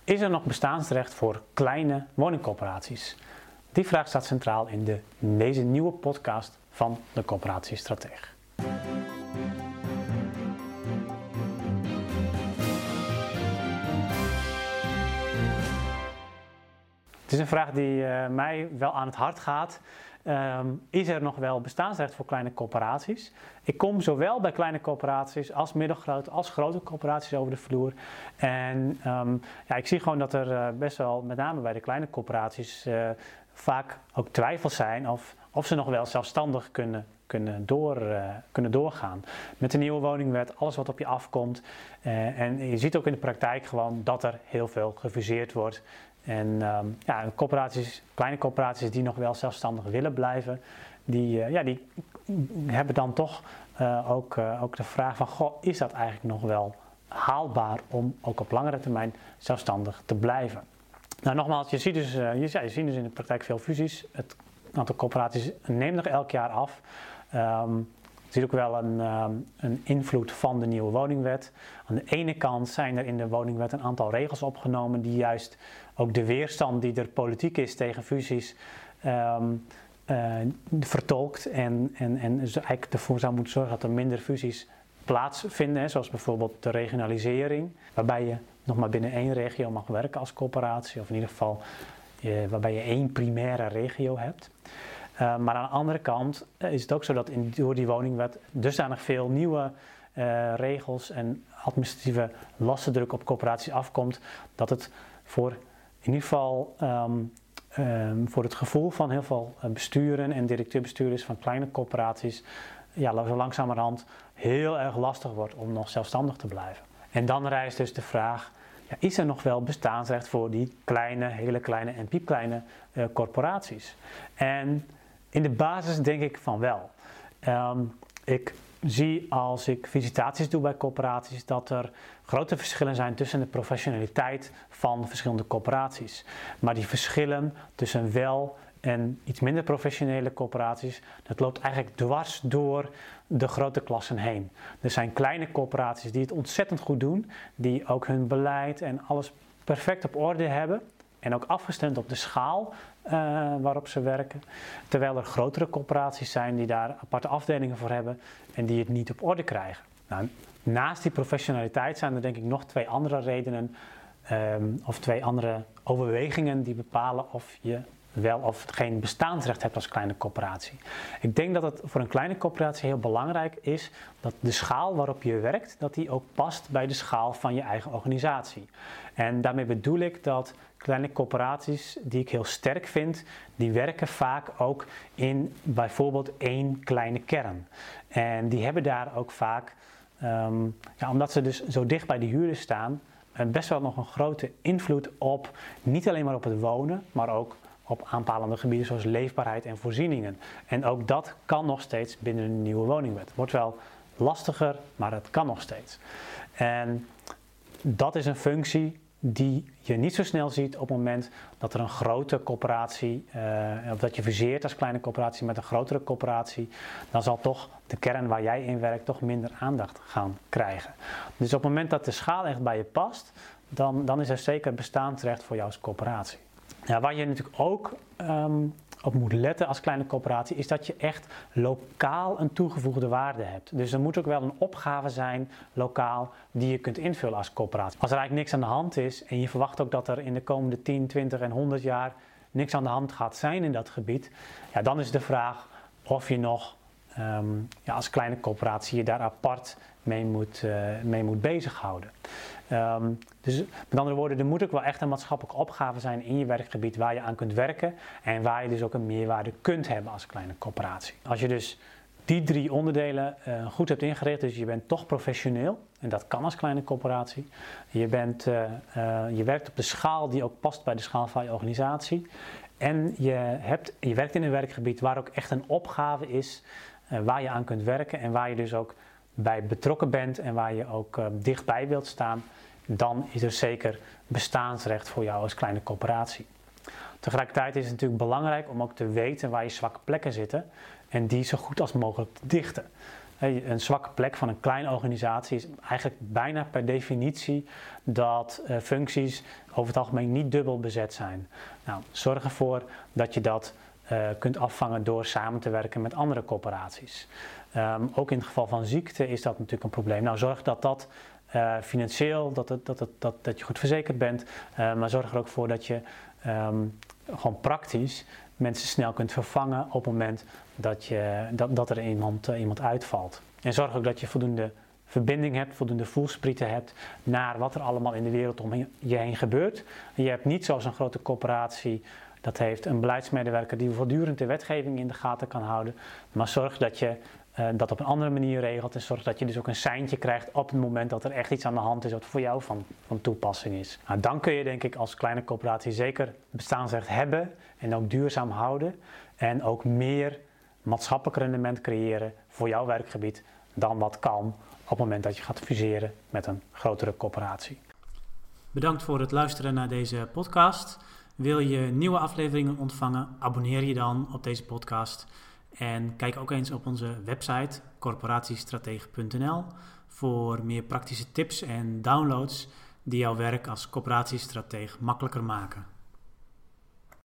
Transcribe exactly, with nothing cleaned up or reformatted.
Is er nog bestaansrecht voor kleine woningcorporaties? Die vraag staat centraal in, de, in deze nieuwe podcast van de Coöperatiestrateeg. Het is een vraag die uh, mij wel aan het hart gaat. Um, is er nog wel bestaansrecht voor kleine corporaties? Ik kom zowel bij kleine corporaties als middelgrote als grote corporaties over de vloer. En um, ja, ik zie gewoon dat er uh, best wel, met name bij de kleine corporaties, uh, vaak ook twijfels zijn of, of ze nog wel zelfstandig kunnen, kunnen, door, uh, kunnen doorgaan. Met de nieuwe woningwet, alles wat op je afkomt. Uh, en je ziet ook in de praktijk gewoon dat er heel veel gefuseerd wordt. En um, ja, corporaties, kleine corporaties die nog wel zelfstandig willen blijven, die, uh, ja, die hebben dan toch uh, ook, uh, ook de vraag van, goh, is dat eigenlijk nog wel haalbaar om ook op langere termijn zelfstandig te blijven? Nou, nogmaals, je ziet dus, uh, je, ja, je ziet dus in de praktijk veel fusies. Het aantal corporaties neemt nog elk jaar af. Um, Je ziet ook wel een, um, een invloed van de nieuwe woningwet. Aan de ene kant zijn er in de woningwet een aantal regels opgenomen die juist ook de weerstand die er politiek is tegen fusies um, uh, vertolkt. En, en, en dus eigenlijk ervoor zou moeten zorgen dat er minder fusies plaatsvinden. Hè, zoals bijvoorbeeld de regionalisering, waarbij je nog maar binnen één regio mag werken als corporatie. Of in ieder geval uh, waarbij je één primaire regio hebt. Uh, maar aan de andere kant uh, is het ook zo dat in, door die woningwet dusdanig veel nieuwe uh, regels en administratieve lastendruk op corporaties afkomt, dat het voor in ieder geval um, um, voor het gevoel van heel veel besturen en directeur-bestuurders van kleine corporaties ja, zo langzamerhand heel erg lastig wordt om nog zelfstandig te blijven. En dan rijst dus de vraag, ja, is er nog wel bestaansrecht voor die kleine, hele kleine en piepkleine uh, corporaties? En in de basis denk ik van wel. Um, ik zie als ik visitaties doe bij corporaties dat er grote verschillen zijn tussen de professionaliteit van verschillende corporaties. Maar die verschillen tussen wel en iets minder professionele corporaties, dat loopt eigenlijk dwars door de grote klassen heen. Er zijn kleine corporaties die het ontzettend goed doen, die ook hun beleid en alles perfect op orde hebben. En ook afgestemd op de schaal uh, waarop ze werken. Terwijl er grotere corporaties zijn die daar aparte afdelingen voor hebben en die het niet op orde krijgen. Nou, naast die professionaliteit zijn er denk ik nog twee andere redenen um, of twee andere overwegingen die bepalen of je wel of geen bestaansrecht hebt als kleine corporatie. Ik denk dat het voor een kleine corporatie heel belangrijk is dat de schaal waarop je werkt, dat die ook past bij de schaal van je eigen organisatie. En daarmee bedoel ik dat kleine corporaties die ik heel sterk vind, die werken vaak ook in bijvoorbeeld één kleine kern. En die hebben daar ook vaak, um, ja, omdat ze dus zo dicht bij de huurder staan, best wel nog een grote invloed op, niet alleen maar op het wonen, maar ook op aanpalende gebieden zoals leefbaarheid en voorzieningen. En ook dat kan nog steeds binnen de nieuwe woningwet. Het wordt wel lastiger, maar het kan nog steeds. En dat is een functie die je niet zo snel ziet op het moment dat er een grote corporatie, uh, of dat je fuseert als kleine corporatie met een grotere corporatie, dan zal toch de kern waar jij in werkt toch minder aandacht gaan krijgen. Dus op het moment dat de schaal echt bij je past, dan, dan is er zeker bestaansrecht voor jou als corporatie. Ja, waar je natuurlijk ook um, op moet letten als kleine corporatie, is dat je echt lokaal een toegevoegde waarde hebt. Dus er moet ook wel een opgave zijn, lokaal, die je kunt invullen als corporatie. Als er eigenlijk niks aan de hand is en je verwacht ook dat er in de komende tien, twintig en honderd jaar niks aan de hand gaat zijn in dat gebied, ja, dan is de vraag of je nog um, ja, als kleine corporatie je daar apart mee moet, uh, mee moet bezighouden. Um, dus met andere woorden, er moet ook wel echt een maatschappelijke opgave zijn in je werkgebied waar je aan kunt werken en waar je dus ook een meerwaarde kunt hebben als kleine corporatie. Als je dus die drie onderdelen uh, goed hebt ingericht, dus je bent toch professioneel en dat kan als kleine corporatie. Je, bent, uh, uh, je werkt op de schaal die ook past bij de schaal van je organisatie en je, hebt, je werkt in een werkgebied waar ook echt een opgave is uh, waar je aan kunt werken en waar je dus ook bij betrokken bent en waar je ook uh, dichtbij wilt staan, dan is er zeker bestaansrecht voor jou als kleine corporatie. Tegelijkertijd is het natuurlijk belangrijk om ook te weten waar je zwakke plekken zitten en die zo goed als mogelijk te dichten. Een zwakke plek van een kleine organisatie is eigenlijk bijna per definitie dat uh, functies over het algemeen niet dubbel bezet zijn. Nou, zorg ervoor dat je dat uh, kunt afvangen door samen te werken met andere corporaties. Um, ook in het geval van ziekte is dat natuurlijk een probleem. Nou, zorg dat dat uh, financieel, dat, het, dat, het, dat, dat je goed verzekerd bent, uh, maar zorg er ook voor dat je um, gewoon praktisch mensen snel kunt vervangen op het moment dat, je, dat, dat er iemand, uh, iemand uitvalt. En zorg ook dat je voldoende verbinding hebt, voldoende voelsprieten hebt naar wat er allemaal in de wereld om je heen gebeurt. En je hebt niet zoals een grote corporatie, dat heeft een beleidsmedewerker die voortdurend de wetgeving in de gaten kan houden. Maar zorg dat je uh, dat op een andere manier regelt en zorg dat je dus ook een seintje krijgt op het moment dat er echt iets aan de hand is wat voor jou van, van toepassing is. Nou, dan kun je denk ik als kleine corporatie zeker bestaansrecht hebben en ook duurzaam houden en ook meer maatschappelijk rendement creëren voor jouw werkgebied dan wat kan op het moment dat je gaat fuseren met een grotere corporatie. Bedankt voor het luisteren naar deze podcast. Wil je nieuwe afleveringen ontvangen? Abonneer je dan op deze podcast. En kijk ook eens op onze website corporatiestratege punt n l voor meer praktische tips en downloads die jouw werk als corporatiestratege makkelijker maken.